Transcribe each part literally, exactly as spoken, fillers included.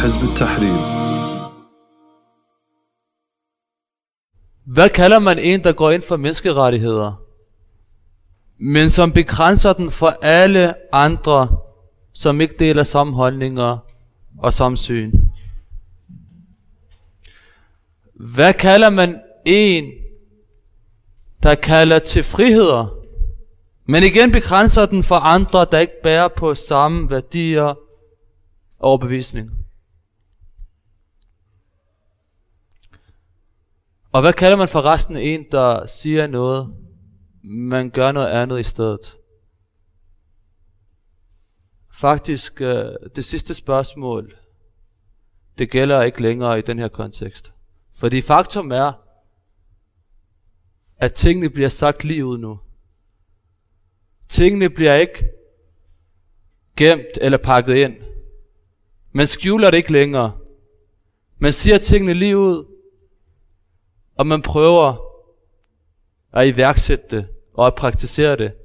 حزب التحرير. Hvad kalder man en, der går ind for menneskerettigheder, men som begrænser den for alle andre, som ikke deler samme holdninger og samme syn? Hvad kalder man en, der kalder til friheder, men igen begrænser den for andre, der ikke bærer på samme værdier og overbevisning? Og hvad kalder man for resten en, der siger noget, men gør noget andet i stedet? Faktisk, det sidste spørgsmål, det gælder ikke længere i den her kontekst. Fordi faktum er, at tingene bliver sagt lige ud nu. Tingene bliver ikke gemt eller pakket ind. Man skjuler det ikke længere. Man siger tingene lige ud, og man prøver at iværksætte det og at praktisere det.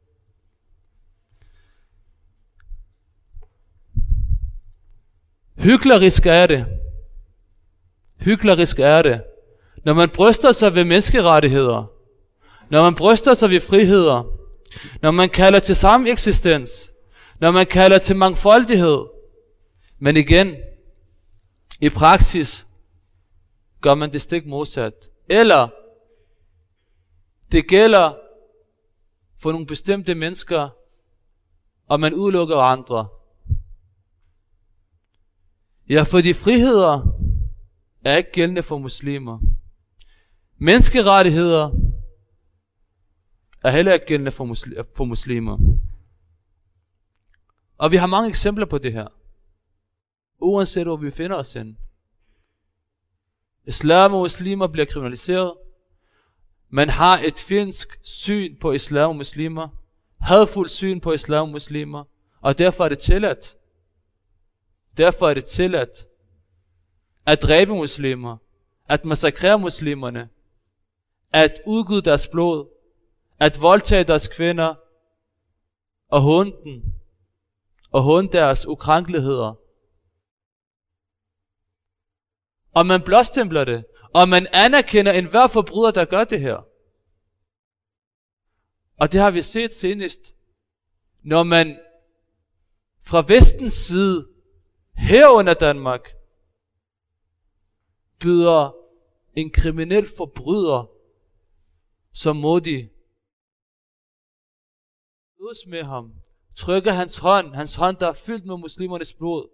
Hyklerisk er det. Hyklerisk er det, når man bryster sig ved menneskerettigheder, når man bryster sig ved friheder, når man kalder til samme eksistens, når man kalder til mangfoldighed. Men igen, i praksis gør man det stik modsat. Eller det gælder for nogle bestemte mennesker, og man udelukker andre. Ja, for de friheder er ikke gældende for muslimer. Menneskerettigheder er heller ikke gældende for, musli- for muslimer. Og vi har mange eksempler på det her. Uanset hvor vi finder os hen. Islam og muslimer bliver kriminaliseret. Man har et fjendsk syn på islam og muslimer. Hadfuldt syn på islam og muslimer. Og derfor er det tilladt. Derfor er det tilladt at dræbe muslimer, at massakrere muslimerne, at udgyde deres blod, at voldtage deres kvinder, og håne dem, og håne deres ukrænkeligheder. Og man blåstempler det, og man anerkender enhver forbryder, der gør det her. Og det har vi set senest, når man fra vestens side, herunder Danmark, byder en kriminel forbryder som Modi ud med ham, trykker hans hånd, hans hånd der er fyldt med muslimernes blod.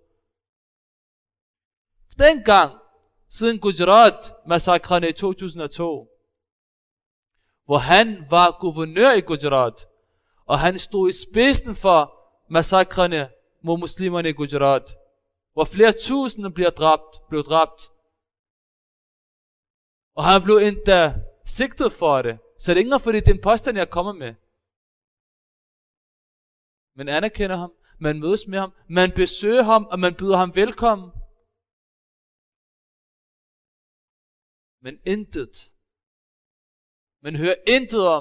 Dengang, siden Gujarat-massakrene i to tusind og to, hvor han var guvernør i Gujarat, og han stod i spidsen for massakrene mod muslimerne i Gujarat, hvor flere tusinde blev dræbt, blev dræbt. Og han blev endda sigtet for det. Så det er ikke fordi det er en påstand, jeg kommer med. Man anerkender ham, man mødes med ham, man besøger ham, og man byder ham velkommen. Men intet. Man hører intet om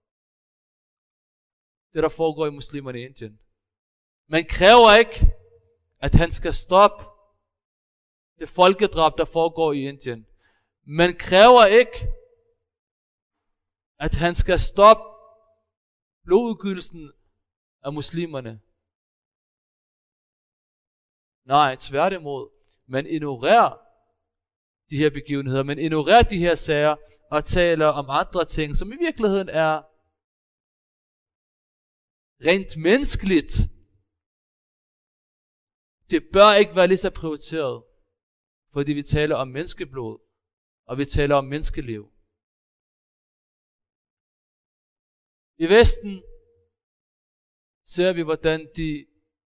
det, der foregår i muslimerne i Indien. Man kræver ikke, at han skal stoppe det folkedrab, der foregår i Indien. Man kræver ikke, at han skal stoppe blodudgydelsen af muslimerne. Nej, tværtimod. Man ignorerer de her begivenheder, man ignorerer de her sager og taler om andre ting, som i virkeligheden er rent menneskeligt. Det bør ikke være lige så prioriteret, fordi vi taler om menneskeblod, og vi taler om menneskeliv. I Vesten ser vi, hvordan de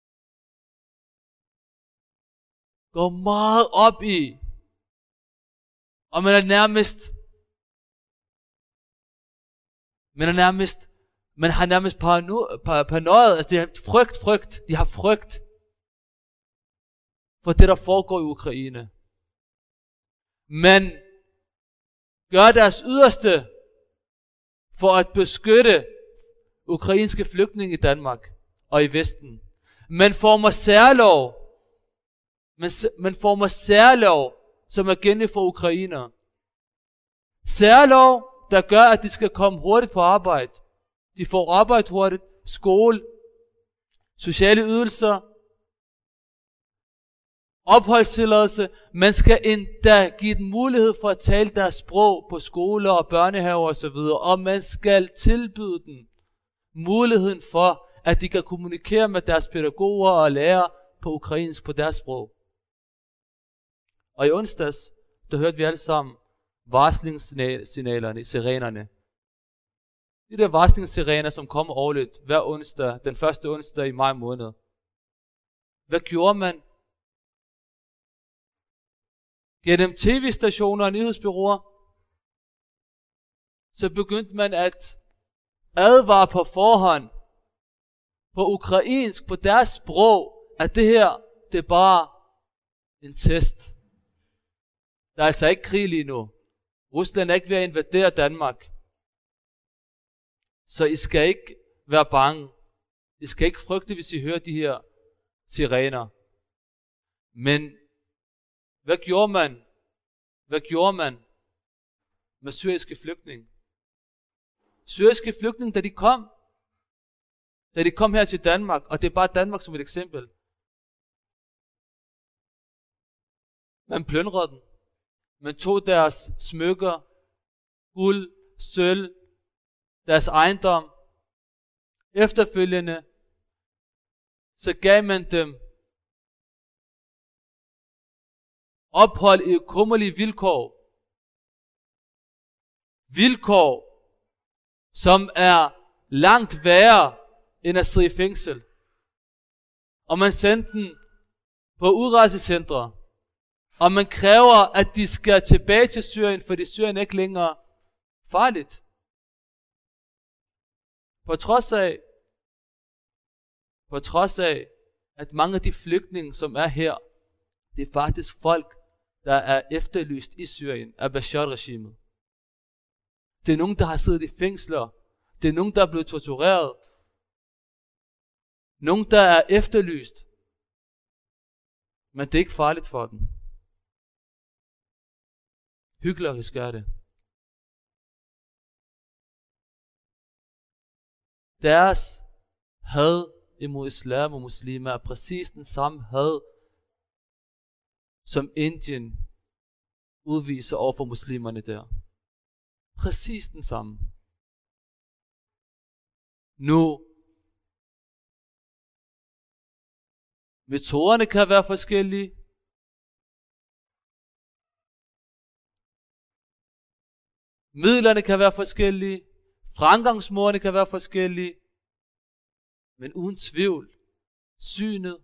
går meget op i, og man er nærmest, man er nærmest, man har nærmest paranoid, altså de har frygt, frygt, de har frygt for det, der foregår i Ukraine. Men gør deres yderste for at beskytte ukrainske flygtninge i Danmark og i Vesten. Man former særlov. Man, man former særlov, som er gældende for ukrainere. Særlov, der gør, at de skal komme hurtigt på arbejde. De får arbejde hurtigt, skole, sociale ydelser, opholdstilladelse. Man skal endda give dem mulighed for at tale deres sprog på skoler og børnehaver osv. Og man skal tilbyde dem muligheden for, at de kan kommunikere med deres pædagoger og lærere på ukrainsk på deres sprog. Og i onsdags, der hørte vi alle sammen varslingssignalerne, sirenerne. De der varslingssirener, som kommer årligt hver onsdag, den første onsdag i maj måned. Hvad gjorde man? Gennem tv-stationer og nyhedsbureauer, så begyndte man at advare på forhånd, på ukrainsk, på deres sprog, at det her, det er bare en test. Der er altså ikke krig lige nu. Rusland er ikke ved at invadere Danmark. Så I skal ikke være bange. I skal ikke frygte, hvis I hører de her sirener. Men hvad gjorde man? Hvad gjorde man med syriske flygtninge? Syriske flygtninge, da de kom, da de kom her til Danmark, og det er bare Danmark som et eksempel. Man plyndrede dem. Man tog deres smykker, guld, sølv, deres ejendom. Efterfølgende, så gav man dem ophold i kummerlige vilkår. Vilkår, som er langt værre end at sidde i fængsel. Og man sendte dem på udrejsecentre. Og man kræver, at de skal tilbage til Syrien, fordi Syrien er ikke længere farligt. På trods af, på trods af, at mange af de flygtninge, som er her, det er faktisk folk, der er efterlyst i Syrien af Bashar-regimet. Det er nogen, der har siddet i fængsler. Det er nogen, der er blevet tortureret. Nogen, der er efterlyst. Men det er ikke farligt for dem. Hyklerisk er det. Deres had imod islam og muslimer er præcis den samme had, som Indien udviser over for muslimerne der. Præcis den samme. Nu, metoderne kan være forskellige. Midlerne kan være forskellige. Fremgangsmåderne kan være forskellige. Men uden tvivl, synet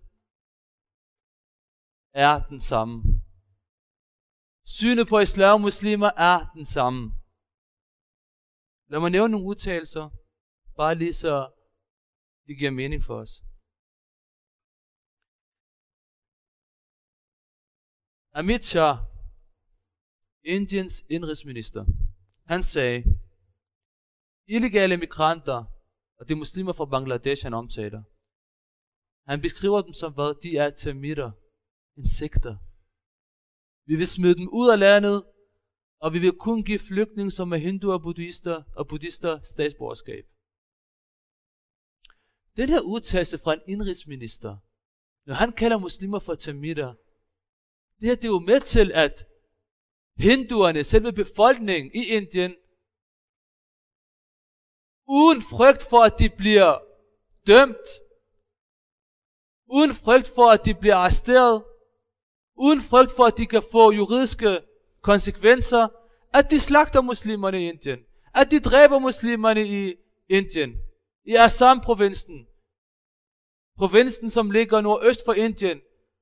er den samme. Synet på islam og muslimer er den samme. Lad mig nævne nogle udtalelser, bare lige så det giver mening for os. Amit Shah, Indiens indrigsminister, han sagde, illegale migranter, og det er muslimer fra Bangladesh, han omtaler. Han beskriver dem som hvad? De er termitter, insekter. Vi vil smide dem ud af landet, og vi vil kun give flygtninge, som er hinduer og buddhister, og buddhister statsborgerskab. Den her udtalelse fra en indrigsminister, når han kalder muslimer for termitter, det her det er jo med til, at hinduerne, selve befolkningen i Indien, uden frygt for, at de bliver dømt, uden frygt for, at de bliver arresteret, uden frygt for, at de kan få juridiske konsekvenser, at de slagter muslimerne i Indien, at de dræber muslimerne i Indien, i Assam-provinsen, provinsen, som ligger nordøst for Indien,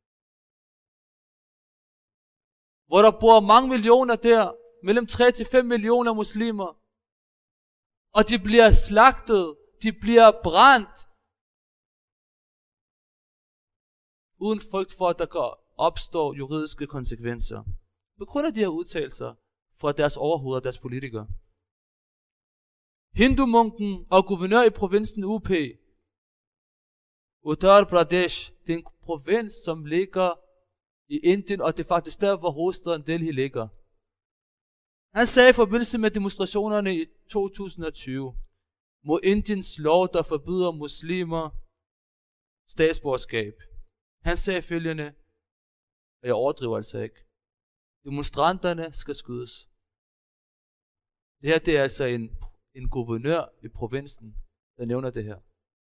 hvor der bor mange millioner der, mellem tre til fem millioner muslimer, og de bliver slagtet, de bliver brændt, uden frygt for, at der kan opstå juridiske konsekvenser. På grund af de her udtalelser fra deres overhoveder og deres politikere. Hindumunken og guvernør i provinsen U P, Uttar Pradesh, det er en provins, som ligger i Indien, og det er faktisk der, hvor hovedstaden Delhi ligger. Han sagde i forbindelse med demonstrationerne i to tusind og tyve, mod Indiens lov, der forbyder muslimer statsborgerskab. Han sagde følgende, og jeg overdriver altså ikke, demonstranterne skal skydes. Det her, det er altså en, en guvernør i provinsen, der nævner det her.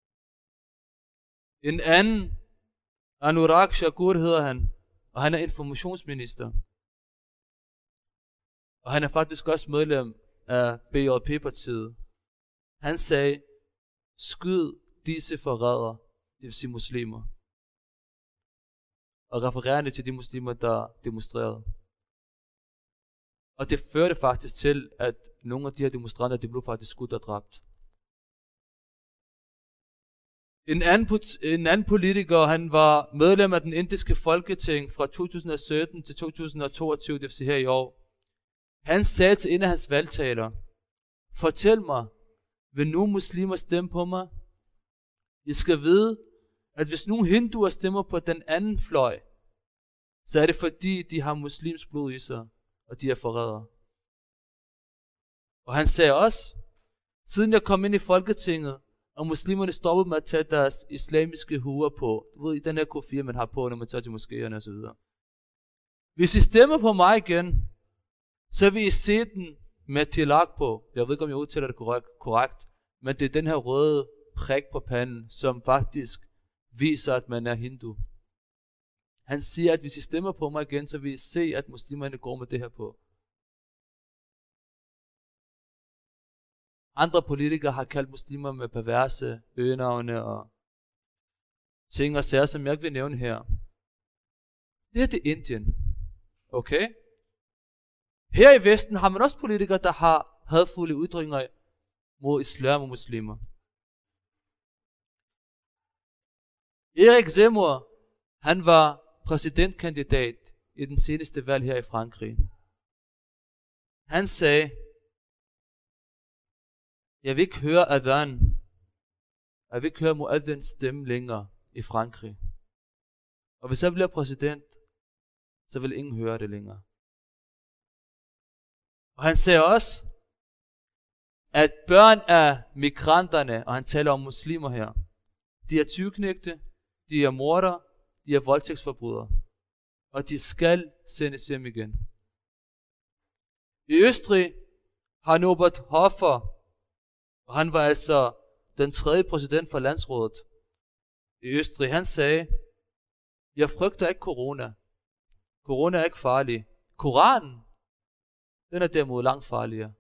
En anden, Anurag Shakur hedder han, og han er informationsminister. Og han er faktisk også medlem af B J P-partiet. Han sagde, skyd disse forrædere, det vil sige muslimer. Og refererende til de muslimer, der demonstrerede. Og det førte faktisk til, at nogle af de her demonstranter, de blev faktisk skudt og dræbt. En anden, en anden politiker, han var medlem af den indiske folketing fra to tusind og sytten til to tusind og toogtyve, det vil sige her i år. Han sagde til en af hans valgtaler, fortæl mig, vil nogle muslimer stemme på mig? I skal vide, at hvis nogle hinduer stemmer på den anden fløj, så er det fordi, de har muslims blod i sig, og de er forrædere. Og han sagde også, siden jeg kom ind i Folketinget, og muslimerne stoppede med at tage deres islamiske huer på, du ved, i den her K fire, man har på, når man tager til moskéerne og så videre. Hvis I stemmer på mig igen, så vil I se den med tilak på. Jeg ved ikke, om jeg udtaler det korrekt, korrekt, men det er den her røde prik på panden, som faktisk viser, at man er hindu. Han siger, at hvis I stemmer på mig igen, så vil I se, at muslimerne går med det her på. Andre politikere har kaldt muslimer med perverse øgenavne og ting og sager, som jeg ikke vil nævne her. Det her det er Indien. Okay? Her i Vesten har man også politikere, der har hadfulde ytringer mod islam og muslimer. Erik Zemmour, han var præsidentkandidat i den seneste valg her i Frankrig. Han sagde, jeg vil ikke høre adhan, jeg vil ikke høre muadhins stemme længere i Frankrig. Og hvis jeg bliver præsident, så vil ingen høre det længere. Og han sagde også, at børn af migranterne, og han taler om muslimer her, de er tyveknægte, de er mordere, de er voldtægtsforbrydere, og de skal sendes hjem igen. I Østrig har Norbert Hofer, og han var altså den tredje præsident for landsrådet i Østrig, han sagde, jeg frygter ikke corona. Corona er ikke farlig. Koranen, den er derimod langt farligere.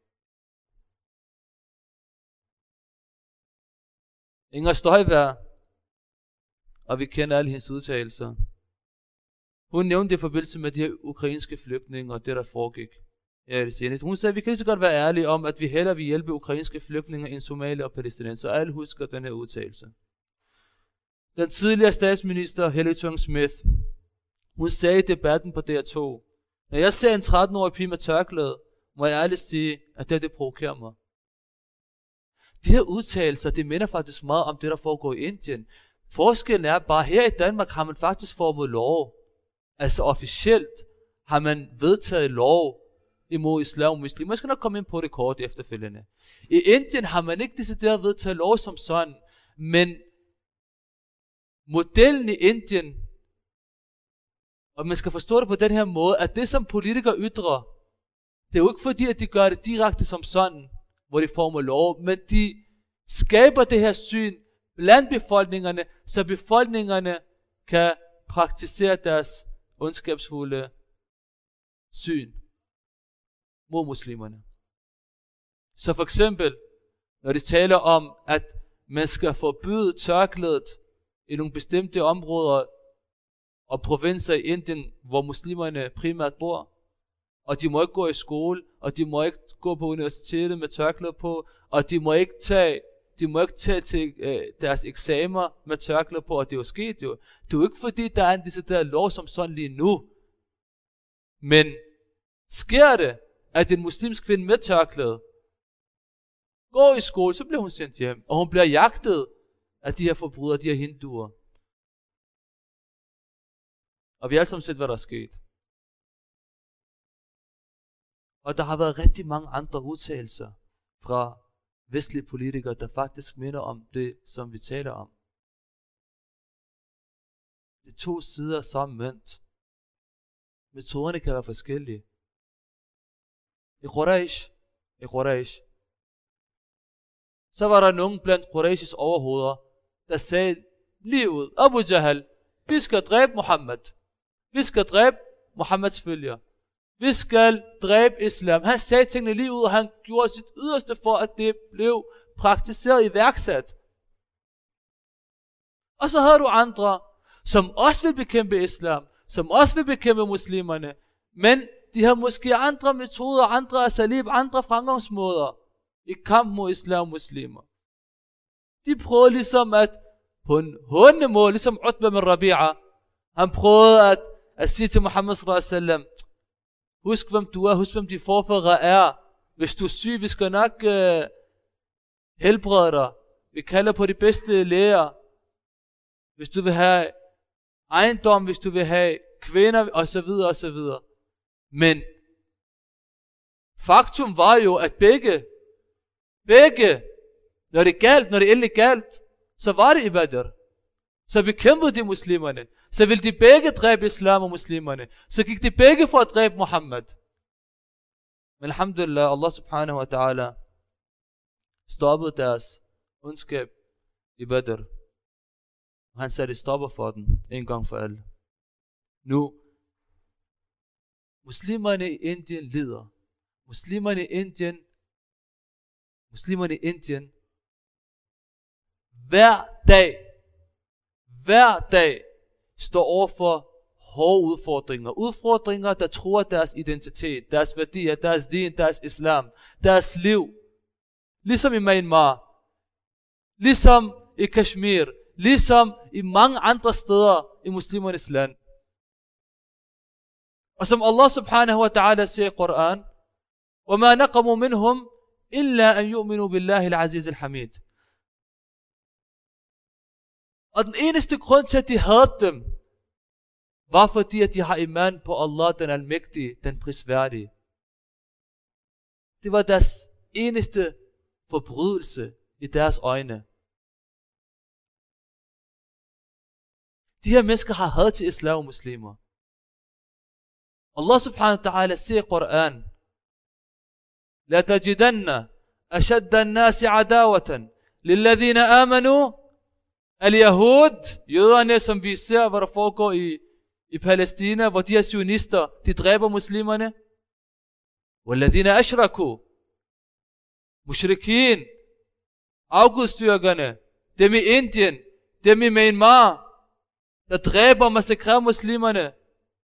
Inger Støjberg, og vi kender alle hendes udtalelser. Hun nævnte i forbindelse med de her ukrainske flygtninge og det, der foregik. Ja, det seneste. Hun sagde, at vi kan lige så godt være ærlige om, at vi hellere vil hjælpe ukrainske flygtninge end somalier og palæstinenser. Og alle husker den her udtalelse. Den tidligere statsminister, Helle Thorning-Schmidt, hun sagde i debatten på D R to, når jeg ser en tretten-årig pige med tørklæde, må jeg ærligt sige, at det, det provokerer mig. De her udtalelser, det minder faktisk meget om det, der foregår i Indien. Forskellen er bare, her i Danmark har man faktisk formet lov. Altså officielt har man vedtaget lov imod islam og muslimer. Jeg skal nok komme ind på det kort efterfølgende. I Indien har man ikke decideret vedtaget lov som sådan, men modellen i Indien, og man skal forstå det på den her måde, at det som politikere ytrer, det er jo ikke fordi, at de gør det direkte som sådan, hvor de former lov, men de skaber det her syn blandt befolkningerne, så befolkningerne kan praktisere deres ondskabsfulde syn mod muslimerne. Så for eksempel, når de taler om, at man skal forbyde tørklædet i nogle bestemte områder og provinser i Indien, hvor muslimerne primært bor, og de må ikke gå i skole, og de må ikke gå på universitetet med tørklæde på, og de må ikke tage, de må ikke tage til øh, deres eksamener med tørklæde på, og det er jo sket jo. Det er jo ikke fordi, der er en decideret lov som sådan lige nu. Men sker det, at en muslimsk kvinde med tørklæde går i skole, så bliver hun sendt hjem, og hun bliver jagtet af de her forbrydere, de her hinduer. Og vi har alle sammen set, hvad der er sket. Og der har været rigtig mange andre udtalelser fra vestlige politikere, der faktisk minder om det, som vi taler om. Det er to sider af samme mønt. Metoderne kan være forskellige. I Quraysh, i Quraysh, så var der nogen blandt Qurayshs overhoveder, der sagde lige ud, Abu Jahal, vi skal dræbe Muhammed. Vi skal dræbe Muhammeds følger. Vi skal dræbe islam. Han sagde tingene lige ud, og han gjorde sit yderste for, at det blev praktiseret iværksat. Og så havde du andre, som også vil bekæmpe islam, som også vil bekæmpe muslimerne, men de har måske andre metoder, andre asalib, andre fremgangsmåder i kamp mod islam og muslimer. De prøvede ligesom at, på en håndende måde, ligesom Utba bin Rabi'a, han prøvede at, at sige til Muhammed sallallahu alaihi wasallam, husk hvem du er, husk hvem de forfædre er. Hvis du er syg, vi skal nok uh, helbrede dig. Vi kalder på de bedste læger. Hvis du vil have ejendom, hvis du vil have kvinder, og så videre, og så videre. Men faktum var jo, at begge, begge, når det galt, når det endelig galt, så var det i Badr. Så bekæmpede de muslimerne. Så ville de begge dræbe islam og muslimerne. Så gik de begge for at dræbe Muhammed. Men alhamdulillah, Allah subhanahu wa ta'ala stoppede deres ondskab i Badr. Og han satte stopper for den en gang for alle. Nu, muslimerne i Indien lider. Muslimerne i Indien, muslimerne i Indien, hver dag, hver dag står over for hårde udfordringer. Udfordringer, der truer deres identitet, deres værdier, deres din, deres islam, deres liv. Ligesom i Myanmar, ligesom i Kashmir, ligesom i mange andre steder i muslimernes land. Og som Allah subhanahu wa ta'ala siger i Koran, وَمَا نَقَمُوا مِنْهُمْ إِلَّا أَنْ يُؤْمِنُوا بِاللَّهِ الْعَزِيزِ الْحَمِيدِ. Og den eneste grund til, at de havde dem, var fordi, at de har iman på Allah, den almægtige, den prisværdige. Det var deres eneste forbrydelse i deres øjne. De her mennesker har had til islam og muslimer. Allah subhanahu wa ta'ala siger i Koran, لا تجدن أشد الناس عداوة للذين آمنوا اليهود, jøderne, som vi ser, hvad der foregår i, i Palæstina, hvor de her sionister, de dræber muslimerne. والذين أشركوا, mushrikin, afgudstyrkerne, dem i Indien, dem i Myanmar, der dræber og massakrerer muslimerne.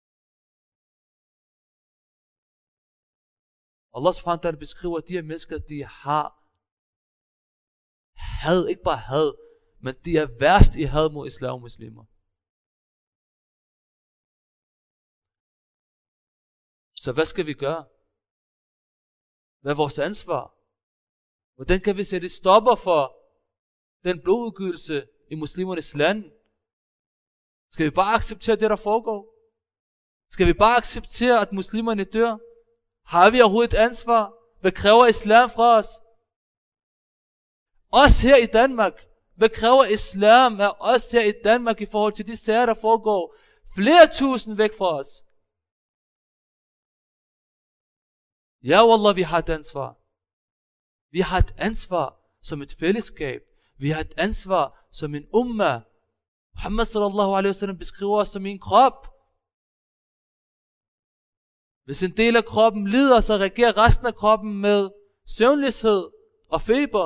Allah subhanahu wa ta'ala beskriver, at de her mennesker, de har had, ikke bare had, men de er værst i had mod islam og muslimer. Så hvad skal vi gøre? Hvad er vores ansvar? Hvordan kan vi sætte stopper for den blodudgydelse i muslimernes land? Skal vi bare acceptere det, der foregår? Skal vi bare acceptere, at muslimerne dør? Har vi overhovedet et ansvar? Hvad kræver islam fra os? Os her i Danmark. Hvad kræver islam af os her i Danmark i forhold til de sager, der foregår flere tusind væk fra os? Ja, wallah, vi har et ansvar. Vi har et ansvar som et fællesskab. Vi har et ansvar som en umma. Muhammad sallallahu alaihi wasallam beskriver os som en krop. Hvis en del af kroppen lider, så reagerer resten af kroppen med søvnløshed og feber.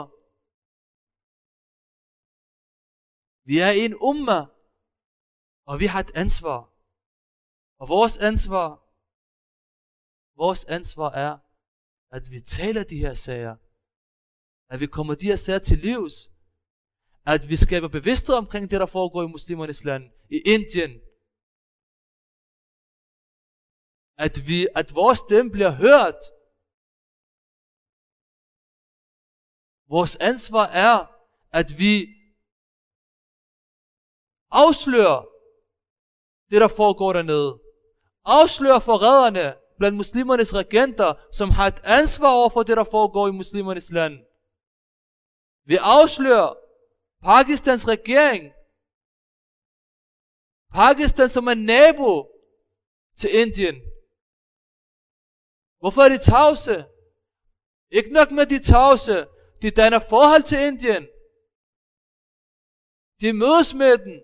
Vi er en umma, og vi har et ansvar. Og vores ansvar, vores ansvar er, at vi taler de her sager. At vi kommer de her sager til livs. At vi skaber bevidsthed omkring det, der foregår i muslimernes land, i Indien. At, vi, at vores stemme bliver hørt. Vores ansvar er, at vi afslører det der foregår dernede. Afslør forræderne blandt muslimernes regenter, som har et ansvar over for det, der foregår i muslimernes land. Vi afslører Pakistans regering. Pakistan, som er nabo til Indien. Hvorfor er de tavse? Ikke nok med de tavse. De danner forhold til Indien. De mødes med den.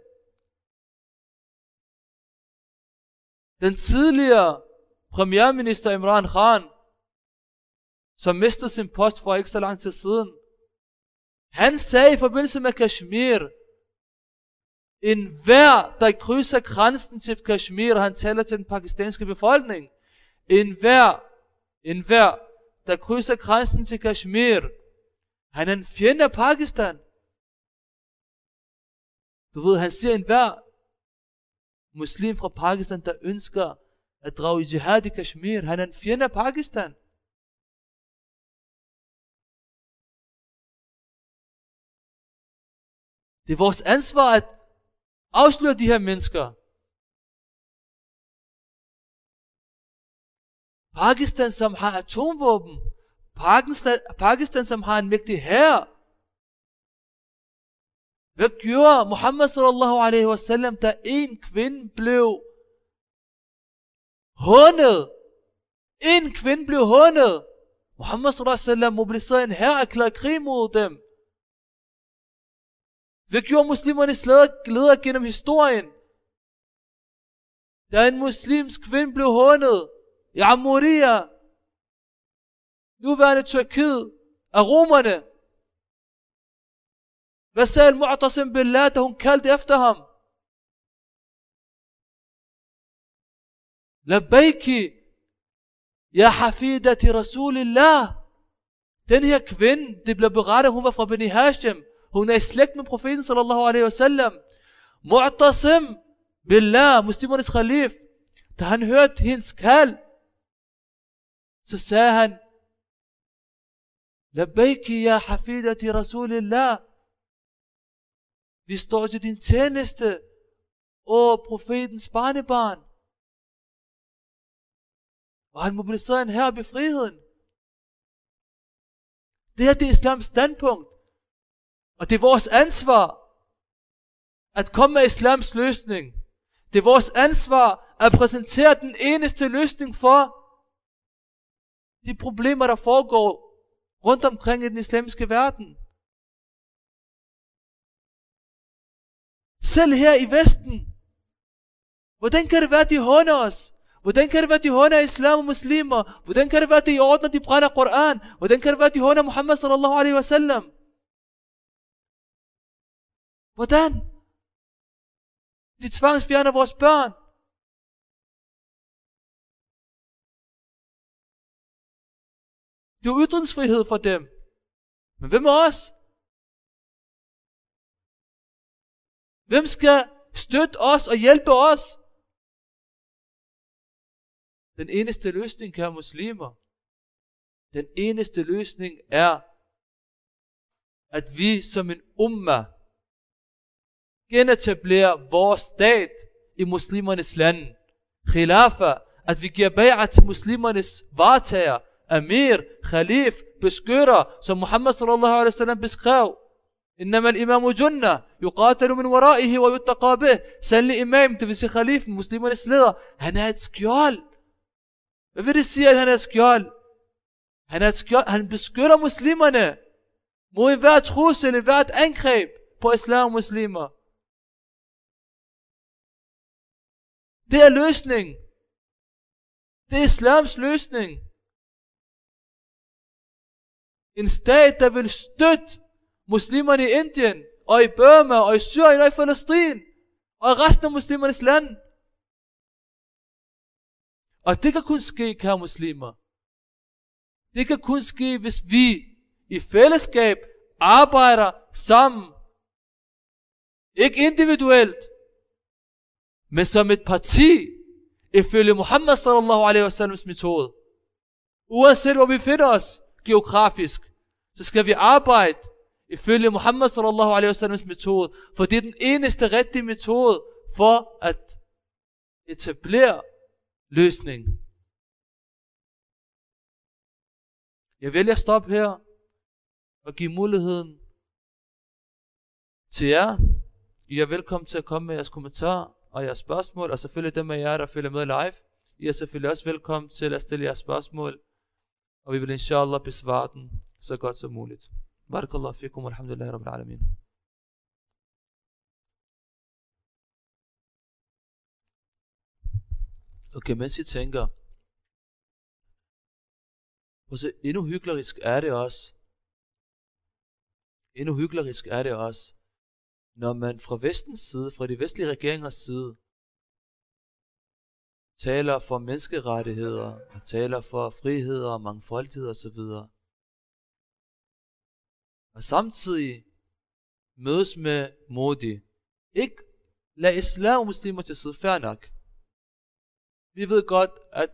Den tidligere premierminister Imran Khan, som mistede sin post for ikke så lang tid siden, han sagde i forbindelse med Kashmir, en hver, der krydser grænsen til Kashmir, og han taler til den pakistanske befolkning, en hver, en hver, der krydser grænsen til Kashmir, han er en fjende af Pakistan. Du ved, han siger en hver muslim fra Pakistan, der ønsker at drage i jihad i Kashmir, han er en fjende af Pakistan. Det er vores ansvar at afsløre de her mennesker. Pakistan, som har atomvåben. Pakistan, Pakistan som har en mægtig hær. Hvad gjorde Muhammad sallallahu alaihi wasallam, da en kvinde blev hånet? En kvinde blev hånet. Muhammad sallallahu alaihi wasallam mobiliserede en hær og erklærede krig mod dem. Hvad gjorde muslimernes ledere gennem historien? Da en muslimsk kvinde blev hånet i Amuria, nuværende Tyrkiet, af romerne. Hvad sagde Mu'tasim billah, da hun kaldte efter ham? Labbaiki, ya hafidati Rasulillah. Den her kvinde, det blev berettet, hun var fra Bani Hashim. Hun er i slægt med profeten sallallahu alaihi wasallam. Mu'tasim billah, muslimernes khalif, da han hørte hendes kald, så sagde han, Labbaiki ya hafidati Rasulillah. Vi står til din tjeneste, åh profetens barnebarn. Og han mobiliserer en hær ved friheden. Det her, det er islams standpunkt. Og det er vores ansvar at komme med islams løsning. Det er vores ansvar at præsentere den eneste løsning for de problemer, der foregår rundt omkring i den islamiske verden. Selv her i Vesten. Hvordan kan det være, at de håner os? Hvordan kan det være, at de håner islam og muslimer? Hvordan kan det være, at de ordner, de brænder Koran? Hvordan kan det være, at de håner Muhammad sallallahu alaihi wasallam? Hvordan? De tvangsfjerner vores børn. Det er ytringsfrihed for dem. Men hvem er os? Hvem skal støtte os og hjælpe os? Den eneste løsning, kære muslimer, den eneste løsning er, at vi som en umma genetablerer vores stat i muslimernes land. Khilafa, at vi giver bay'at til muslimernes varetager, amir, khalif, beskytter, som Muhammad sallallahu alaihi wasallam beskrev. Innama al-imamu junna, yuqatalu min waraihi wa yuttaqa bih. Sandelig imam, det vil sige khalifen, muslimernes leder, han er et skjold. Hvad vil det sige, at han er et skjold? Han er et skjold, han beskytter muslimerne mod enhver trussel, enhver angreb på islam og muslimer. Det er løsning. Det er islams løsning. En stat, der vil støtte muslimerne i Indien, og i Burma, og i Syrien, og i Palæstina, og i resten af muslimernes land. Og det kan kun ske, kære muslimer. Det kan kun ske, hvis vi i fællesskab arbejder sammen. Ikke individuelt, men som et parti, ifølge Muhammad sallallahu alaihi wasallams metode. Uanset hvor vi finder os geografisk, så skal vi arbejde ifølge Muhammad sallallahu alaihi wasallams metode, for det er den eneste rigtige metode for at etablere løsning. Jeg vælger at stoppe her og give muligheden til jer. I er velkommen til at komme med jeres kommentarer og jeres spørgsmål, og selvfølgelig dem af jer, der følger med live. I er selvfølgelig også velkommen til at stille jeres spørgsmål, og vi vil inshallah besvare den så godt som muligt. Barakallahu fikum, alhamdulillah rabbil alamin. Okay, mens I tænker, og så endnu hyklerisk er det også, endnu hyklerisk er det også, når man fra vestens side, fra de vestlige regeringers side, taler for menneskerettigheder, og taler for friheder og mangfoldighed osv. Og samtidig mødes med Modi. Ikke lad islam og muslimer til side, fair nok. Vi ved godt, at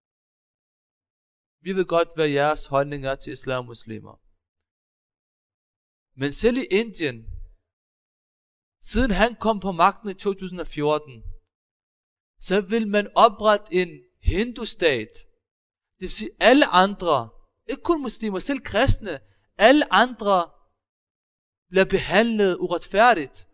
vi ved godt, hvad jeres holdning er til islam og muslimer. Men selv i Indien, siden han kom på magten i to tusind og fjorten, så vil man oprette en hindustat. Det vil sige alle andre, ikke kun muslimer, selv kristne, alle andre bliver behandlet uretfærdigt.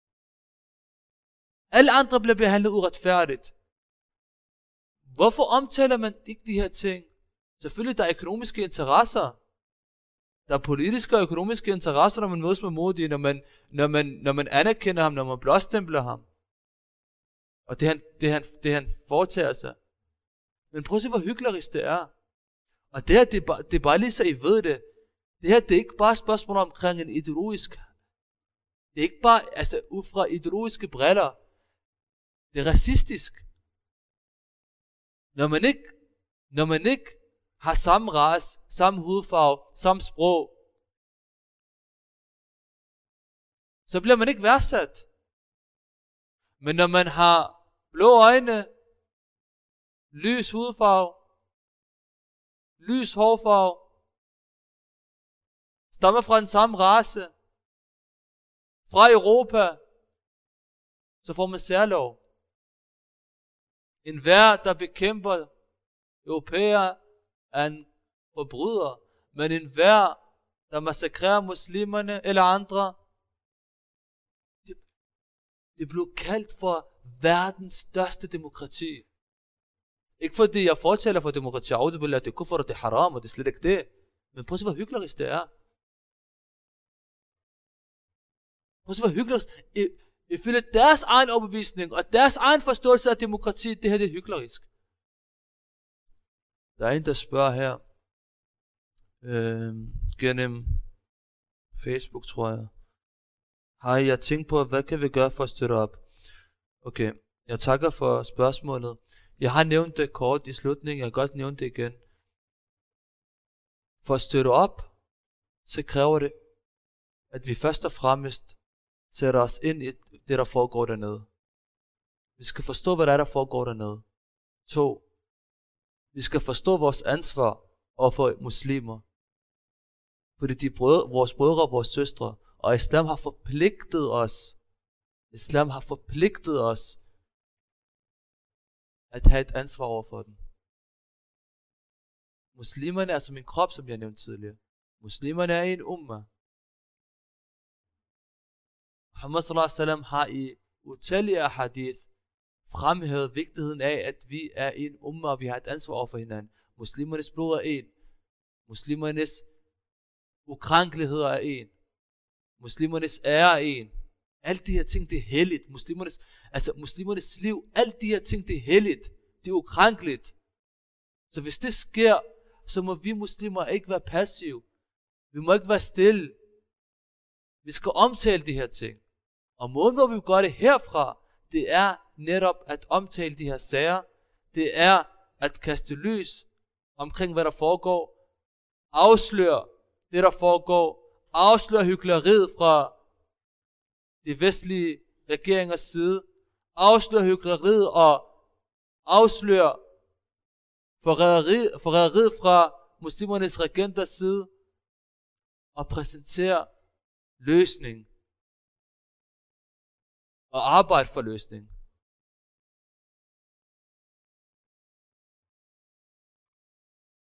Alle andre bliver behandlet uretfærdigt. Hvorfor omtaler man ikke de her ting? Selvfølgelig der er økonomiske interesser. Der er politiske og økonomiske interesser, når man mødes med Modi, når man, når man, når man anerkender ham, når man blåstempler ham. Og det han, det, han, det han foretager sig. Men prøv at se, hvor hyklerisk det er. Og det her, det er, bare, det er bare lige så I ved det. Det her, det er ikke bare et spørgsmål omkring en ideologisk. Det er ikke bare, altså ud fra ideologiske briller. Det er racistisk. Når man ikke, når man ikke har samme race, samme hudfarve, samme sprog, så bliver man ikke værdsat. Men når man har blå øjne, lys hudfarve, lys hårfarve, stammer fra den samme race, fra Europa, så får man særlov. En hver, der bekæmper europæer, er en forbryder, men en hver, der massakrerer muslimerne eller andre, det, det blev kaldt for verdens største demokrati. Ikke fordi jeg fortæller for demokrati, og det er kufr, og det er haram, og det er slet ikke det. Men prøv at se, hvor hyklerisk det er. Prøv at se, hvor hyklerisk. Ifølge deres egen overbevisning, og deres egen forståelse af demokrati, det her det er hyklerisk. Der er en, der spørger her, øh, gennem Facebook, tror jeg. Hej, jeg tænker på, hvad kan vi gøre for at støtte op? Okay, jeg takker for spørgsmålet. Jeg har nævnt det kort i slutningen, jeg har godt nævnt det igen. For at støtte op, så kræver det, at vi først og fremmest sætter os ind i det, der foregår dernede. Vi skal forstå, hvad der er, der foregår dernede. To, vi skal forstå vores ansvar overfor muslimer. Fordi de brødre, vores brødre og vores søstre, og islam har forpligtet os, islam har forpligtet os, at have et ansvar overfor den. Muslimerne er som en krop, som jeg nævnte tidligere. Muslimerne er en umma. Muhammad sallallahu alaihi wasallam har i utallige hadith fremhævet vigtigheden af, at vi er en umma, og vi har et ansvar over for hinanden. Muslimernes blod er en. Muslimernes ukrænkelighed er en. Muslimernes ære er en. Alt de her ting, det er helligt. Muslimernes, altså muslimernes liv, alt de her ting, det er helligt. Det er ukrænkeligt. Så hvis det sker, så må vi muslimer ikke være passive. Vi må ikke være stille. Vi skal omtale de her ting. Og måden, hvor vi gør det herfra, det er netop at omtale de her sager. Det er at kaste lys omkring, hvad der foregår. Afsløre det, der foregår. Afsløre hykleriet fra de vestlige regeringers side. Afsløre hykleriet og afsløre forræderiet, forræderiet fra muslimernes regenters side. Og præsentere løsning. Og arbejde for løsning.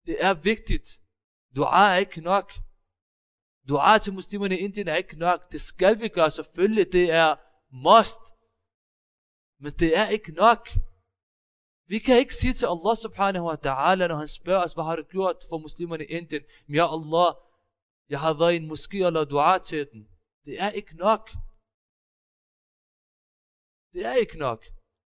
Det er vigtigt. Dua er ikke nok. Dua til muslimerne i Indien er ikke nok. Det skal vi gøre, selvfølgelig. Det er must. Men det er ikke nok. Vi kan ikke sige til Allah subhanahu wa ta'ala, når han spørger os, hvad har du gjort for muslimerne i Indien? Ja Allah, jeg har været i en moské og lavet dua til den. Det er ikke nok. Det er ikke nok.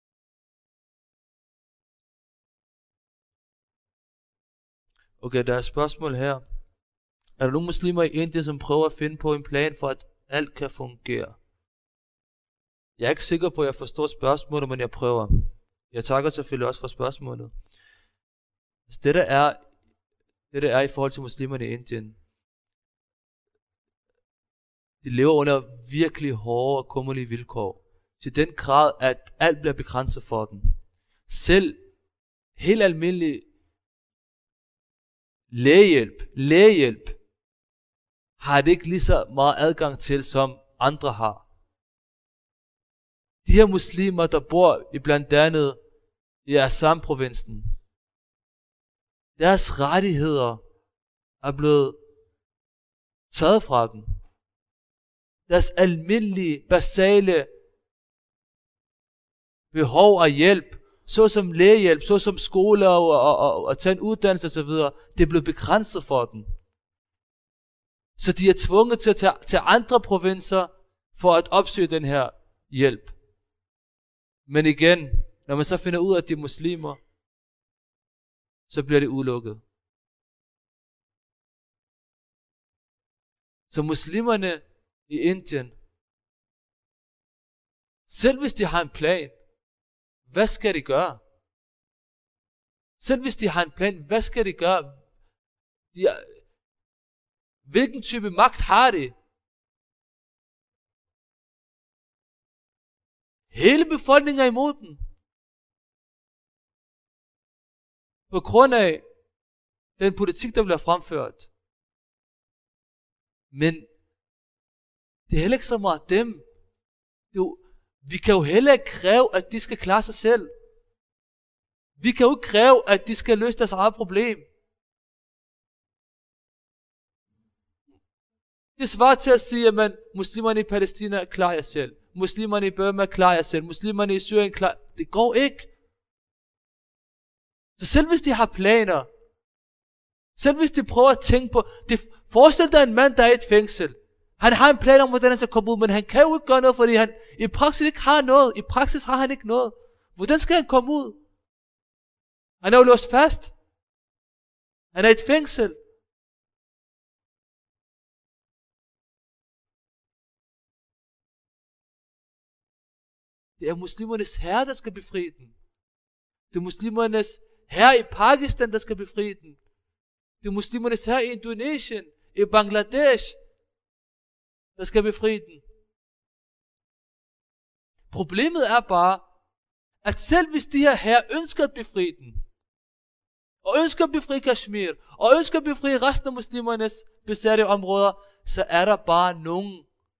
Okay, der er et spørgsmål her. Er der nogle muslimer i Indien, som prøver at finde på en plan for, at alt kan fungere? Jeg er ikke sikker på, at jeg forstår spørgsmålet, men jeg prøver. Jeg takker selvfølgelig også for spørgsmålet. Så det der er, det der er i forhold til muslimerne i Indien, de lever under virkelig hårde og kummerlige vilkår. Til den grad, at alt bliver begrænset for dem. Selv helt almindelig lægehjælp, lægehjælp, har det ikke lige så meget adgang til, som andre har. De her muslimer, der bor i blandt andet i Assam-provinsen, deres rettigheder er blevet taget fra dem. Deres almindelige, basale behov af hjælp, såsom lægehjælp, såsom skoler og, og, og, og tage en uddannelse osv., det er blevet begrænset for dem. Så de er tvunget til at tage til andre provinser for at opsøge den her hjælp. Men igen, når man så finder ud af, at de er muslimer, så bliver det udelukket. Så muslimerne i Indien, selv hvis de har en plan, hvad skal de gøre? Selv hvis de har en plan, hvad skal de gøre? De er, hvilken type magt har de? Hele befolkningen er imod den. På grund af den politik, der bliver fremført. Men det er heller ikke så meget dem. Det er jo, vi kan jo heller ikke kræve, at de skal klare sig selv. Vi kan jo ikke kræve, at de skal løse deres eget problem. Det svarer til at sige, at muslimerne i Palæstina klarer jer selv. Muslimerne i Burma klarer jer selv. Muslimerne i Syrien klarer... Det går ikke. Så selv hvis de har planer, selv hvis de prøver at tænke på... Det, forestil dig en mand, der er i et fængsel. Han har en plan om, hvordan han skal komme ud, men han kan jo ikke gøre noget, fordi han i praksis ikke har noget. I praksis har han ikke noget. Hvordan skal han komme ud? Han er jo låst fast. Han er i et fængsel. Det er muslimernes herre, der skal befri den. Det er muslimernes herre i Pakistan, der skal befri den. Det er muslimernes herre i Indonesien, i Bangladesh, der skal befri den. Problemet er bare, at selv hvis de her herrer ønsker at befri den, og ønsker at befri Kashmir, og ønsker at befri resten af muslimernes besatte områder, så er der bare nogen.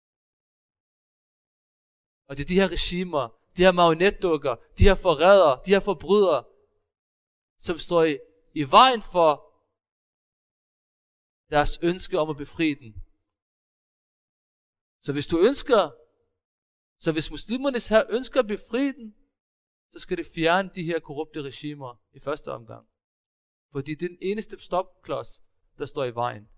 Og det er de her regimer, de her marionetdukker, de her forrædere, de her forbrydere, som står i, i vejen for deres ønske om at befri den. Så hvis du ønsker, så hvis muslimernes her ønsker at befri den, så skal det fjerne de her korrupte regimer i første omgang. Fordi det er den eneste stopklods, der står i vejen.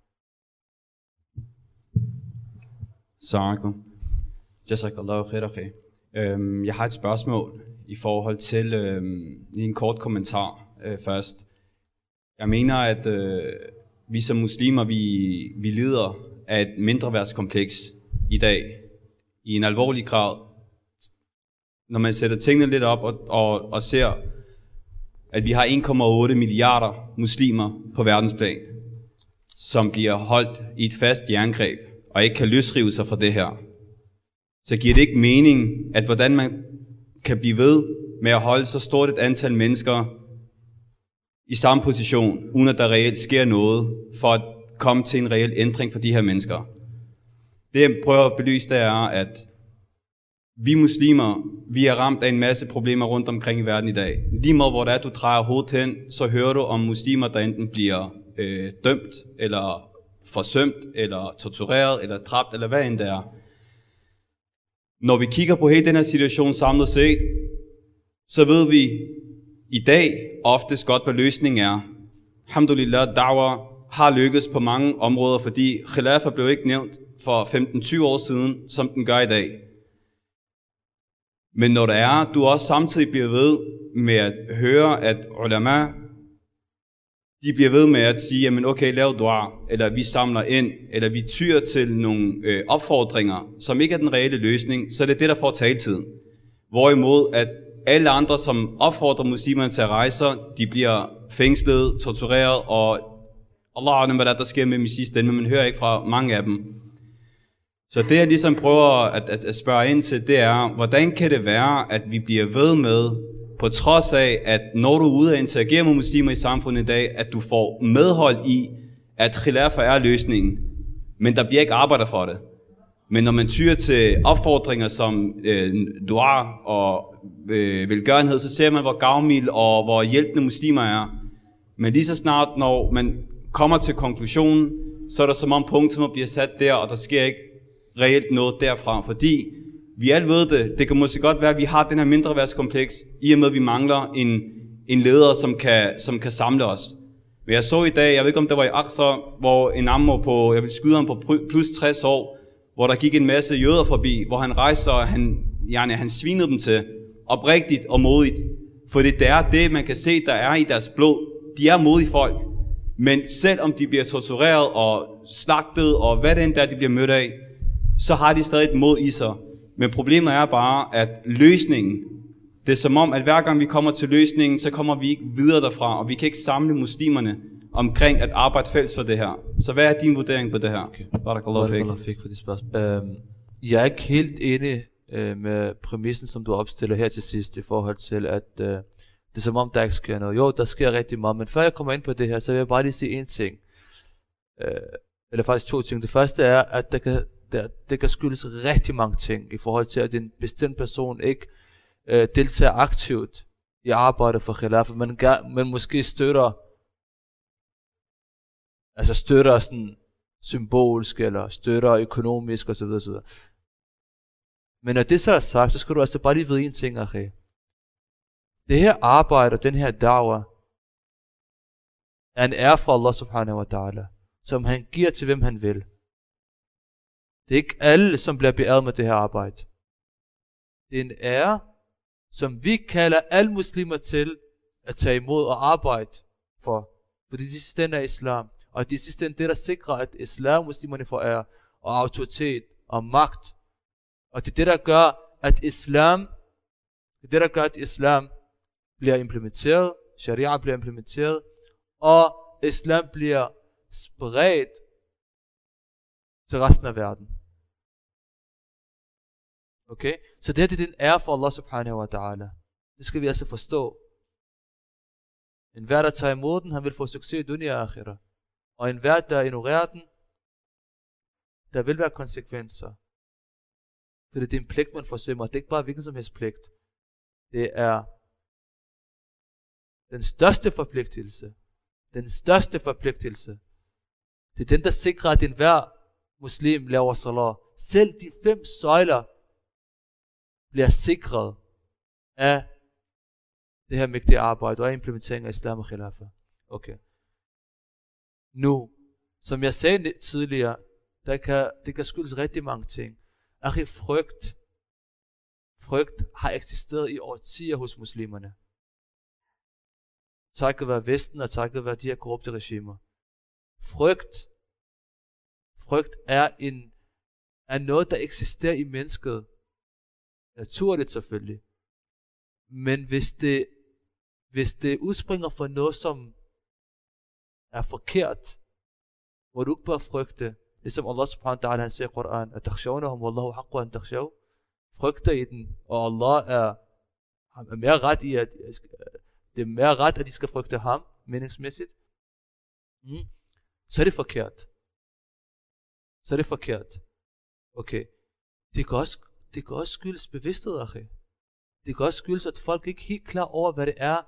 Assalamualaikum. Jazakallahu khair akhi. Øhm, jeg har et spørgsmål i forhold til øhm, lige en kort kommentar øh, først. Jeg mener, at øh, vi som muslimer, vi, vi lider af et mindreværdskompleks i dag, i en alvorlig grad. Når man sætter tingene lidt op og, og, og ser, at vi har en komma otte milliarder muslimer på verdensplan, som bliver holdt i et fast jerngreb, og ikke kan løsrive sig fra det her, så giver det ikke mening, at hvordan man kan blive ved med at holde så stort et antal mennesker i samme position, uden at der reelt sker noget, for at komme til en reel ændring for de her mennesker. Det jeg prøver at belyse, det er, at vi muslimer, vi er ramt af en masse problemer rundt omkring i verden i dag. Lige måde, hvor det er, du drejer hovedet hen, så hører du om muslimer, der enten bliver øh, dømt, eller forsømt, eller tortureret, eller dræbt, eller hvad end det er. Når vi kigger på hele den her situation samlet set, så ved vi i dag oftest godt, hvad løsningen er. Alhamdulillah, da'wah har lykkes på mange områder, fordi khilafa blev ikke nævnt for femten til tyve år siden, som den gør i dag. Men når det er, du også samtidig bliver ved med at høre, at ulama, de bliver ved med at sige, jamen okay, lav dua, eller vi samler ind, eller vi tyr til nogle øh, opfordringer, som ikke er den reelle løsning, så er det det, der får taletiden. Hvorimod, at alle andre, som opfordrer muslimerne til at rejse, de bliver fængslet, tortureret, og Allah, hvad der, der sker med dem i sidste ende, men man hører ikke fra mange af dem. Så det, jeg ligesom prøver at, at, at spørge ind til, det er, hvordan kan det være, at vi bliver ved med, på trods af, at når du er ude og interagere med muslimer i samfundet i dag, at du får medhold i, at khilafa er løsningen, men der bliver ikke arbejdet for det. Men når man tyrer til opfordringer som øh, dua og øh, velgørenhed, så ser man, hvor gavmild og hvor hjælpende muslimer er. Men lige så snart, når man kommer til konklusionen, så er der som om punktet bliver sat der, og der sker ikke reelt noget derfra, fordi vi alle ved det. Det kan måske godt være, at vi har den her mindreværdskompleks, i og med, at vi mangler en, en leder, som kan, som kan samle os. Men jeg så i dag, jeg ved ikke, om det var i Aqsa, hvor en ammo på, jeg vil skyde ham på plus tres år, hvor der gik en masse jøder forbi, hvor han rejser, og han, yani, han svinede dem til, oprigtigt og modigt. Fordi det er det, man kan se, der er i deres blod. De er modige folk. Men selvom de bliver tortureret og slagtet, og hvad det end der, de bliver mødt af, så har de stadig et mod i sig. Men problemet er bare, at løsningen, det er som om, at hver gang vi kommer til løsningen, så kommer vi ikke videre derfra, og vi kan ikke samle muslimerne omkring at arbejde fælles for det her. Så hvad er din vurdering på det her? Okay. Barakallahu fik for de spørgsmål. Øhm, jeg er ikke helt enig øh, med præmissen, som du opstiller her til sidst, i forhold til, at øh, det er som om, der ikke sker noget. Jo, der sker rigtig meget, men før jeg kommer ind på det her, så vil jeg bare lige sige en ting. Øh, eller faktisk to ting. Det første er, at der kan, der, det kan skyldes rigtig mange ting, i forhold til, at en bestemt person ikke øh, deltager aktivt i arbejdet for khilafa, men, men måske støtter, altså støtter sådan symbolsk, eller støtter økonomisk, osv. osv. Men når det så er sagt, så skal du altså bare lige vide en ting, Akhi. Det her arbejde, og den her da'wah, er en ære fra Allah subhanahu wa ta'ala, som han giver til hvem han vil. Det er ikke alle, som bliver beæret med det her arbejde. Det er en ære, som vi kalder alle muslimer til at tage imod og arbejde for. Fordi det sidste ende er islam. Og det sidste ende det, der sikrer, at islam muslimerne får ære og autoritet og magt. Og det er det, der gør, at islam, det er det, der gør, at islam bliver implementeret, sharia bliver implementeret, og islam bliver spredt til resten af verden. Okay? Så det her det er den ære for Allah subhanahu wa ta'ala. Det skal vi altså forstå. En hver, der tager imod den, han vil få succes i dunya og akhira. Og en hver, der ignorerer den, der vil være konsekvenser. For det er en pligt, man forsømmer. Det er ikke bare hvilken som helst pligt. Det er den største forpligtelse. Den største forpligtelse. Det er den, der sikrer, at enhver muslim laver salat. Selv de fem søjler bliver sikret af det her mægtige arbejde og implementering af islam og khilafa. Okay. Nu, som jeg sagde tidligere, der kan, det kan skyldes rigtig mange ting. Akhi, frygt, frygt har eksisteret i årtier hos muslimerne. Takket være Vesten og takket være de her korrupte regimer. Frygt, frygt er, en, er noget, der eksisterer i mennesket. Naturligt selvfølgelig. Men hvis det, hvis det udspringer fra noget, som er forkert, hvor du ikke bør frygte, ligesom Allah subhanahu wa ta'ala, han siger i Koran, at takhshawunahum wallahu haqqu an takhshaw, frygter i den, og Allah er, er mere ret i, at det er mere ret, at de skal frygte ham, meningsmæssigt, mm. så er det forkert. Så er det forkert. Okay. Det kan også, det kan også skyldes bevidsthed, akhi. Det kan også skyldes, at folk ikke er helt klar over, hvad det er,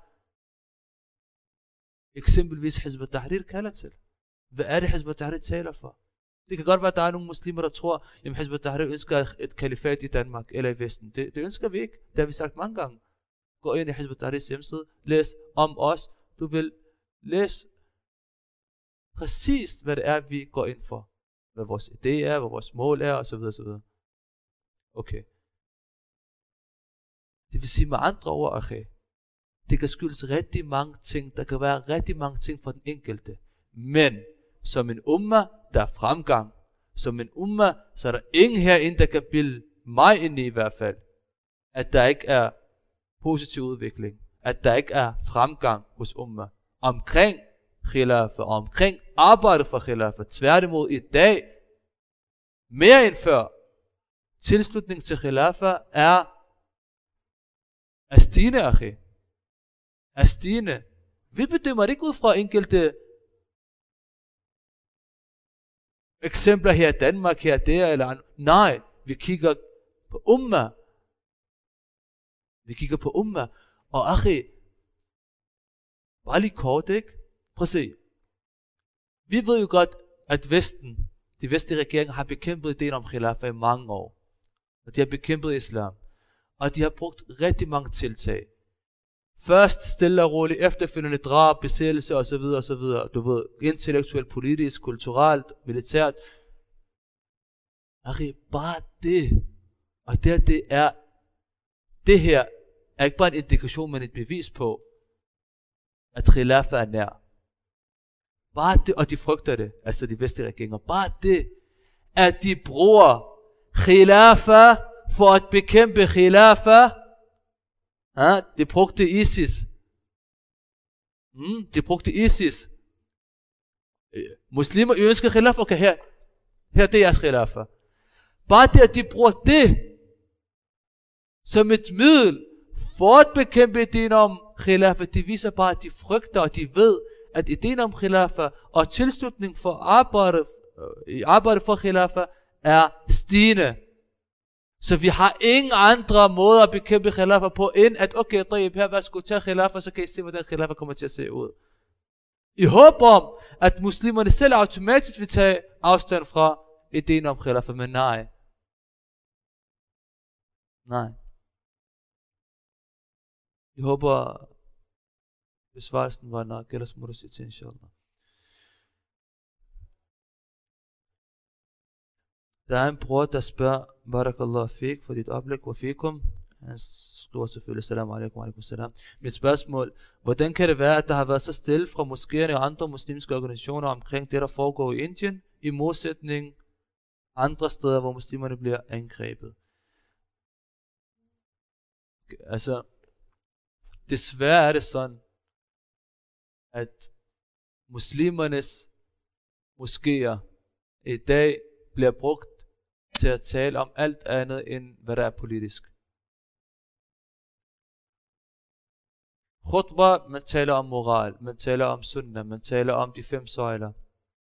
eksempelvis Hizb ut-Tahrir kalder til. Hvad er det, Hizb ut-Tahrir taler for? Det kan godt være, at der er nogle muslimer, der tror, at Hizb ut-Tahrir ønsker et kalifat i Danmark eller i Vesten. Det, det ønsker vi ikke. Det har vi sagt mange gange. Gå ind i Hizb ut-Tahrirs hjemmeside, læs om os. Du vil læse præcis, hvad det er, vi går ind for. Hvad vores idé er, hvad vores mål er, osv. osv. Okay. Det vil sige med andre ord, akhi, det kan skyldes rigtig mange ting. Der kan være rigtig mange ting for den enkelte. Men som en umma, der er fremgang. Som en umma, så er der ingen herinde, der kan bilde mig ind i i hvert fald, at der ikke er positiv udvikling. At der ikke er fremgang hos umma. Omkring khilafa, omkring arbejdet for khilafa. Tværtimod i dag, mere end før, tilslutning til khilafa er er stigende, akhi. Er stigende. Vi bedømmer det ikke ud fra enkelte eksempler her i Danmark, her der eller andet. Nej, vi kigger på umma. Vi kigger på umma. Og akhi, bare lige kort, ikke? Prøv at se. Vi ved jo godt, at Vesten, de vestlige regeringer, har bekæmpet ideen om khilafa i mange år. Og de har bekæmpet islam. Og de har brugt rigtig mange tiltag. Først stille og roligt, efterfølgende drab, besættelse osv. osv. Du ved, intellektuelt, politisk, kulturelt, militært. Akhi, bare det. Og det, det er, det her er ikke bare en indikation, men et bevis på, at khilafa er nær. Bare det, og de frygter det, altså de vestlige regeringer. Bare det, at de bruger khilafa for at bekæmpe khilafa. Ja, de brugte ISIS. Mm, de brugte ISIS. Muslimer ønsker khilafa. Okay, her. Her det er jeres khilafa. Bare det, at de bruger det som et middel for at bekæmpe ideen om khilafa, det viser bare, at de frygter, og de ved, at ideen om khilafa og tilslutning for arbejde, øh, arbejde for khilafa er stigende. Så vi har ingen andre måder at bekæmpe khilafa på, end at okay, drib her, hvad skulle tage khilafa, så kan I se, hvordan khilafa kommer til at se ud. I håb om, at muslimerne selv automatisk vil tage afstand fra ideen om khilafa, men nej. Nej. Jeg håber, besvarelsen var nok, ellers må du sige til, inshallah. Der er en bror, der spørger, barakallahu fik, for dit oplæg, wa fikum. Han skriver selvfølgelig, salam alaikum, alaikum salam. Mit spørgsmål, hvordan kan det være, at der har været så stille fra moskéerne og andre muslimske organisationer omkring det, der foregår i Indien, i modsætning andre steder, hvor muslimerne bliver angrebet? Okay, altså, desværre er det sådan, at muslimernes moskéer i dag bliver brugt til at tale om alt andet end hvad der er politisk. Khutbah, man taler om moral, man taler om sunnah, man taler om de fem søjler.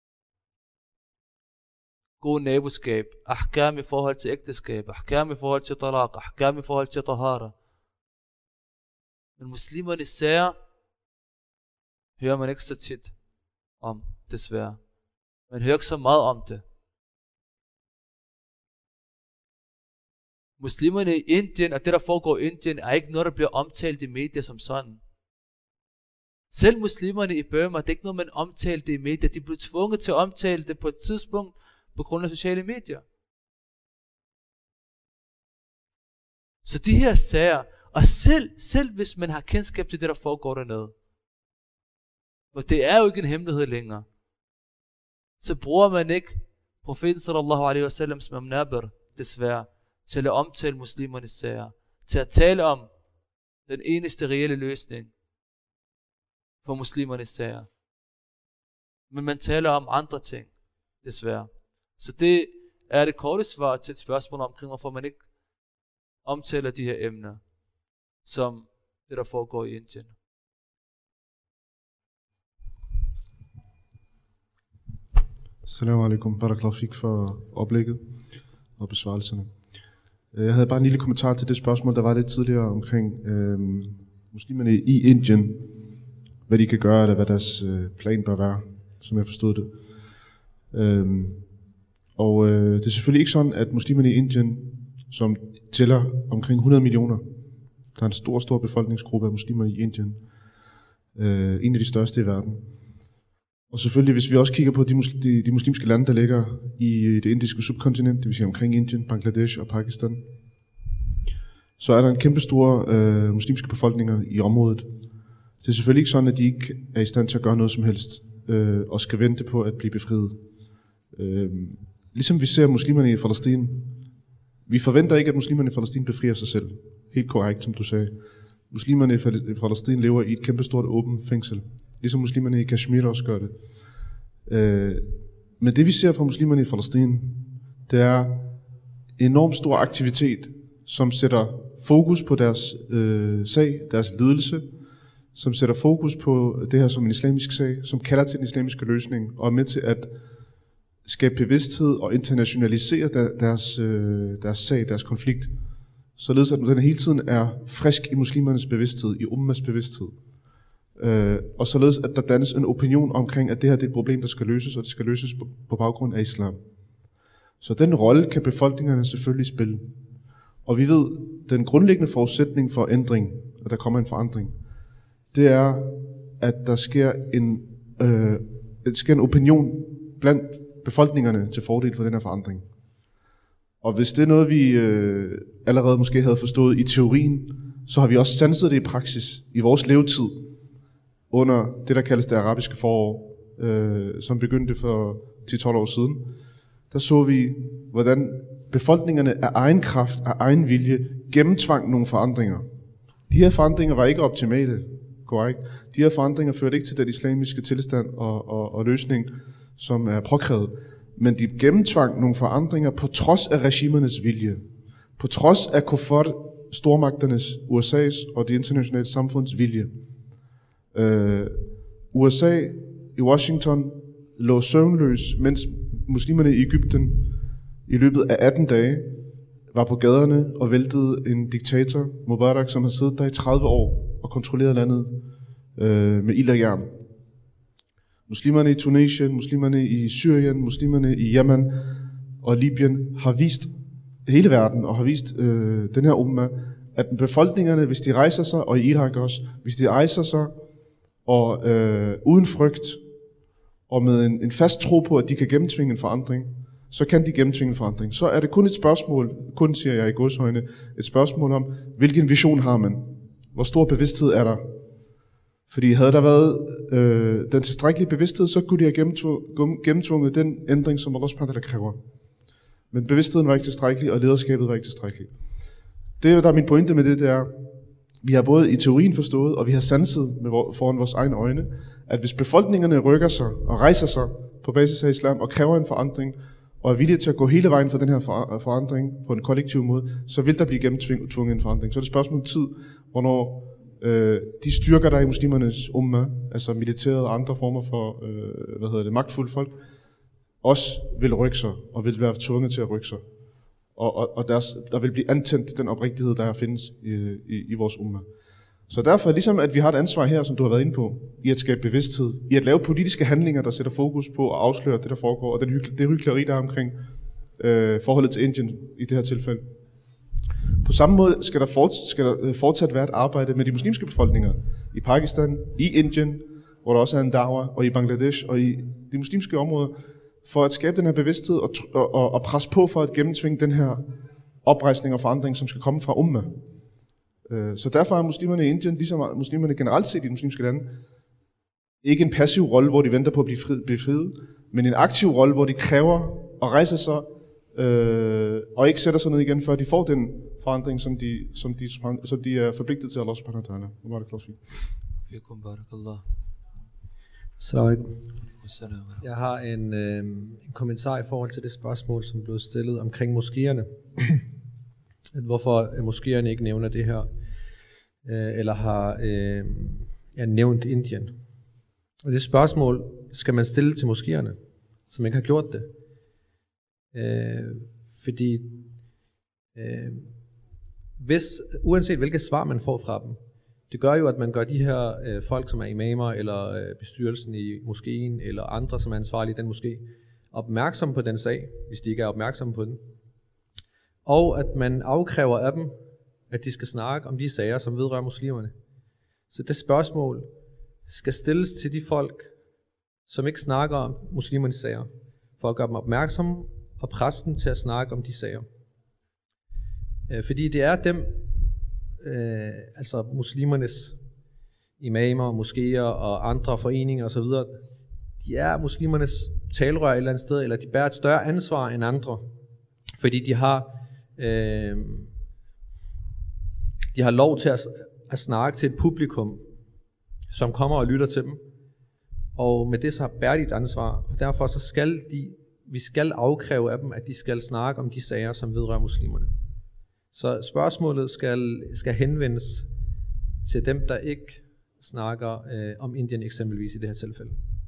God naboskab, ahkam i forhold til ægteskab, ahkam i forhold til talaq, ahkam i forhold til tahara. Men muslimernes sager hører man ikke så tit om, desværre. Man hører ikke så meget om det. Muslimerne i Indien, og det der foregår i Indien, er ikke noget, der bliver omtalt i medier som sådan. Selv muslimerne i Burma, det er ikke noget, man omtalte i medier. De blev tvunget til at omtale det på et tidspunkt på grund af sociale medier. Så de her sager, og selv, selv hvis man har kendskab til det, der foregår dernede, for det er jo ikke en hemmelighed længere, så bruger man ikke profeten sallallahu alaihi wasallam som naber, desværre, til at omtale muslimernes sager, til at tale om den eneste reelle løsning for muslimernes sager. Men man taler om andre ting, desværre. Så det er det korte svar til et spørgsmål omkring, hvorfor man ikke omtaler de her emner, som det, der foregår i Indien. Assalamu alaikum, barakallahu fik for oplægget og besvarelserne. Jeg havde bare en lille kommentar til det spørgsmål, der var lidt tidligere omkring øh, muslimerne i Indien, hvad de kan gøre, eller hvad deres øh, plan bør være, som jeg forstod det. Øh, og øh, det er selvfølgelig ikke sådan, at muslimerne i Indien, som tæller omkring hundrede millioner, der er en stor, stor befolkningsgruppe af muslimer i Indien, øh, en af de største i verden. Og selvfølgelig, hvis vi også kigger på de, muslim, de, de muslimske lande, der ligger i det indiske subkontinent, det vil sige omkring Indien, Bangladesh og Pakistan, så er der en kæmpe stor øh, muslimske befolkninger i området. Det er selvfølgelig ikke sådan, at de ikke er i stand til at gøre noget som helst, øh, og skal vente på at blive befriet. Øh, ligesom vi ser muslimerne i Palæstina. Vi forventer ikke, at muslimerne i Palæstina befrier sig selv. Helt korrekt, som du sagde. Muslimerne i Palæstina lever i et kæmpe stort åbent fængsel. Ligesom muslimerne i Kashmir også gør det. Øh, men det vi ser fra muslimerne i Palæstina, det er enormt stor aktivitet, som sætter fokus på deres øh, sag, deres lidelse, som sætter fokus på det her som en islamisk sag, som kalder til den islamiske løsning, og er med til at skabe bevidsthed og internationalisere der, deres, øh, deres sag, deres konflikt, således at den hele tiden er frisk i muslimernes bevidsthed, i ummas bevidsthed. Øh, og således at der dannes en opinion omkring, at det her det er et problem, der skal løses, og det skal løses på, på baggrund af islam. Så den rolle kan befolkningerne selvfølgelig spille. Og vi ved, den grundlæggende forudsætning for ændring, at der kommer en forandring, det er, at der sker en, øh, der sker en opinion blandt befolkningerne til fordel for den her forandring. Og hvis det er noget, vi øh, allerede måske havde forstået i teorien, så har vi også sanset det i praksis i vores levetid under det, der kaldes det arabiske forår, øh, som begyndte for ti til tolv år siden. Der så vi, hvordan befolkningerne af egen kraft, af egen vilje, gennemtvang nogle forandringer. De her forandringer var ikke optimale, korrekt. De her forandringer førte ikke til den islamiske tilstand og, og, og løsning, som er påkrævet. Men de gennemtvang nogle forandringer på trods af regimernes vilje. På trods af kuffar, stormagternes, U S A's og det internationale samfunds vilje. Uh, U S A i Washington lå søvnløs, mens muslimerne i Egypten i løbet af atten dage var på gaderne og væltede en diktator, Mubarak, som har siddet der i tredive år og kontrolleret landet uh, med ild og jern. Muslimerne i Tunesien, muslimerne i Syrien, muslimerne i Yemen og Libyen har vist hele verden og har vist øh, den her umma, at befolkningerne, hvis de rejser sig, og i Irak også, hvis de rejser sig og øh, uden frygt og med en, en fast tro på, at de kan gennemtvinge en forandring, så kan de gennemtvinge en forandring. Så er det kun et spørgsmål, kun siger jeg i godsøjne, et spørgsmål om, hvilken vision har man? Hvor stor bevidsthed er der? Fordi havde der været øh, den tilstrækkelige bevidsthed, så kunne de have gennemtvunget, gennemtvunget den ændring, som Allah subhanahu wa ta'ala kræver. Men bevidstheden var ikke tilstrækkelig, og lederskabet var ikke tilstrækkeligt. Det, der er min pointe med det, det er, vi har både i teorien forstået, og vi har sanset med vor, foran vores egne øjne, at hvis befolkningerne rykker sig og rejser sig på basis af islam og kræver en forandring, og er villige til at gå hele vejen for den her forandring på en kollektiv måde, så vil der blive gennemtvunget en forandring. Så er det spørgsmål om tid, hvornår øh, de styrker, der er i muslimernes umma, altså militæret og andre former for øh, hvad hedder det, magtfulde folk, også vil rykke sig, og vil være tvunget til at rykke sig. Og, og, og deres, der vil blive antændt den oprigtighed, der findes i, i, i vores umma. Så derfor, ligesom at vi har et ansvar her, som du har været inde på, i at skabe bevidsthed, i at lave politiske handlinger, der sætter fokus på at afsløre det, der foregår, og den hykleri, det hykleri, der er omkring øh, forholdet til Indien i det her tilfælde. På samme måde skal der, fortsat, skal der fortsat være et arbejde med de muslimske befolkninger i Pakistan, i Indien, hvor der også er en da'wah, og i Bangladesh og i de muslimske områder, for at skabe den her bevidsthed og, og, og presse på for at gennemtvinge den her oprejsning og forandring, som skal komme fra umma. Så derfor er muslimerne i Indien, ligesom muslimerne generelt set i de muslimske lande, ikke en passiv rolle, hvor de venter på at blive befriet, men en aktiv rolle, hvor de kræver at rejse sig, øh, og ikke sætter sig ned igen, før de får den forandring, som de, som de, som de er forpligtet til Allah subhanahu wa ta'ala. Nu var det klart fint. Jeg har en, øh, en kommentar i forhold til det spørgsmål, som blev stillet omkring moskéerne. Hvorfor moskéerne ikke nævner det her, øh, eller har øh, ja, nævnt Indien. Og det spørgsmål skal man stille til moskéerne, som ikke har gjort det. Øh, fordi Øh, hvis, uanset hvilket svar man får fra dem, det gør jo, at man gør de her øh, folk, som er imamer, eller øh, bestyrelsen i moskeen, eller andre, som er ansvarlige i den moské, opmærksom på den sag, hvis de ikke er opmærksomme på den. Og at man afkræver af dem, at de skal snakke om de sager, som vedrører muslimerne. Så det spørgsmål skal stilles til de folk, som ikke snakker om muslimernes sager, for at gøre dem opmærksomme og presse dem til at snakke om de sager. Fordi det er dem, øh, altså muslimernes imamer, moskéer og andre foreninger osv., de er muslimernes talerør et eller andet sted, eller de bærer et større ansvar end andre, fordi de har, øh, de har lov til at, at snakke til et publikum, som kommer og lytter til dem, og med det så bærer de et ansvar, og derfor så skal de, vi skal afkræve af dem, at de skal snakke om de sager, som vedrører muslimerne. Så spørgsmålet skal, skal henvendes til dem, der ikke snakker øh, om Indien eksempelvis i det her tilfælde.